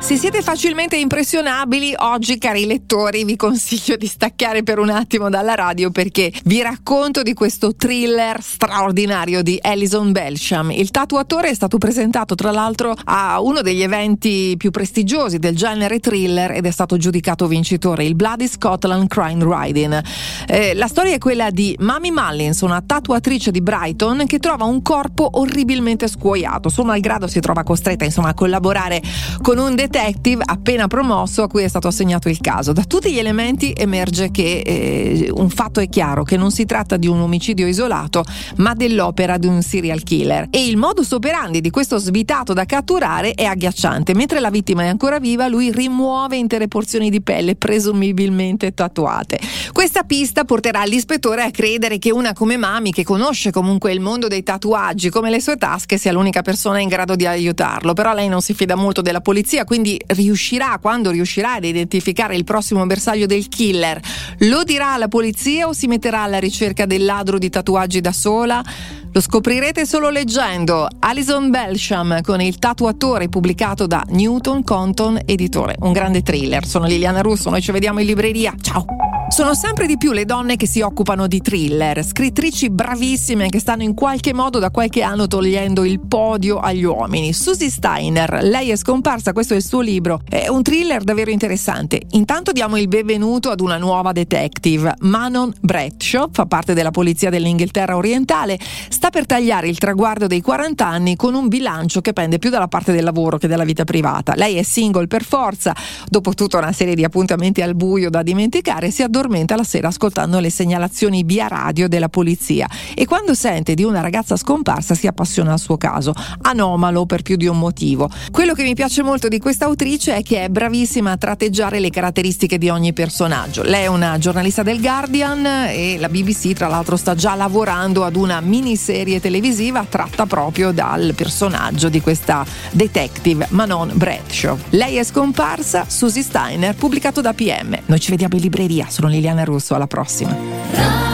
Se siete facilmente impressionabili, oggi, cari lettori, vi consiglio di staccare per un attimo dalla radio, perché vi racconto di questo thriller straordinario di Alison Belsham. Il tatuatore è stato presentato tra l'altro a uno degli eventi più prestigiosi del genere thriller ed è stato giudicato vincitore, il Bloody Scotland Crime Riding. La storia è quella di Mami Mullins, una tatuatrice di Brighton che trova un corpo orribilmente scuoiato. Suo malgrado si trova costretta a collaborare con un detective appena promosso a cui è stato assegnato il caso. Da tutti gli elementi emerge che un fatto è chiaro, che non si tratta di un omicidio isolato ma dell'opera di un serial killer, e il modus operandi di questo svitato da catturare è agghiacciante. Mentre la vittima è ancora viva, lui rimuove intere porzioni di pelle presumibilmente tatuate. Questa pista porterà l'ispettore a credere che una come Mami, che conosce comunque il mondo dei tatuaggi come le sue tasche, sia l'unica persona in grado di aiutarlo. Però lei non si fida molto della polizia, quindi quando riuscirà ad identificare il prossimo bersaglio del killer, lo dirà alla polizia o si metterà alla ricerca del ladro di tatuaggi da sola? Lo scoprirete solo leggendo Alison Belsham con Il tatuatore, pubblicato da Newton Compton Editore. Un grande thriller. Sono Liliana Russo, noi ci vediamo in libreria. Ciao! Sono sempre di più le donne che si occupano di thriller, scrittrici bravissime che stanno in qualche modo da qualche anno togliendo il podio agli uomini. Susie Steiner, lei è scomparsa, questo è il suo libro, è un thriller davvero interessante. Intanto diamo il benvenuto ad una nuova detective, Manon Bradshaw, fa parte della polizia dell'Inghilterra orientale, sta per tagliare il traguardo dei 40 anni con un bilancio che pende più dalla parte del lavoro che della vita privata. Lei è single per forza, dopo tutta una serie di appuntamenti al buio da dimenticare, si addormenta la sera ascoltando le segnalazioni via radio della polizia e quando sente di una ragazza scomparsa si appassiona al suo caso, anomalo per più di un motivo. Quello che mi piace molto di questa autrice è che è bravissima a tratteggiare le caratteristiche di ogni personaggio. Lei è una giornalista del Guardian e la BBC tra l'altro sta già lavorando ad una miniserie televisiva tratta proprio dal personaggio di questa detective Manon Bradshaw. Lei è scomparsa, Susie Steiner, pubblicato da PM. Noi ci vediamo in libreria, sono Liliana Russo, alla prossima.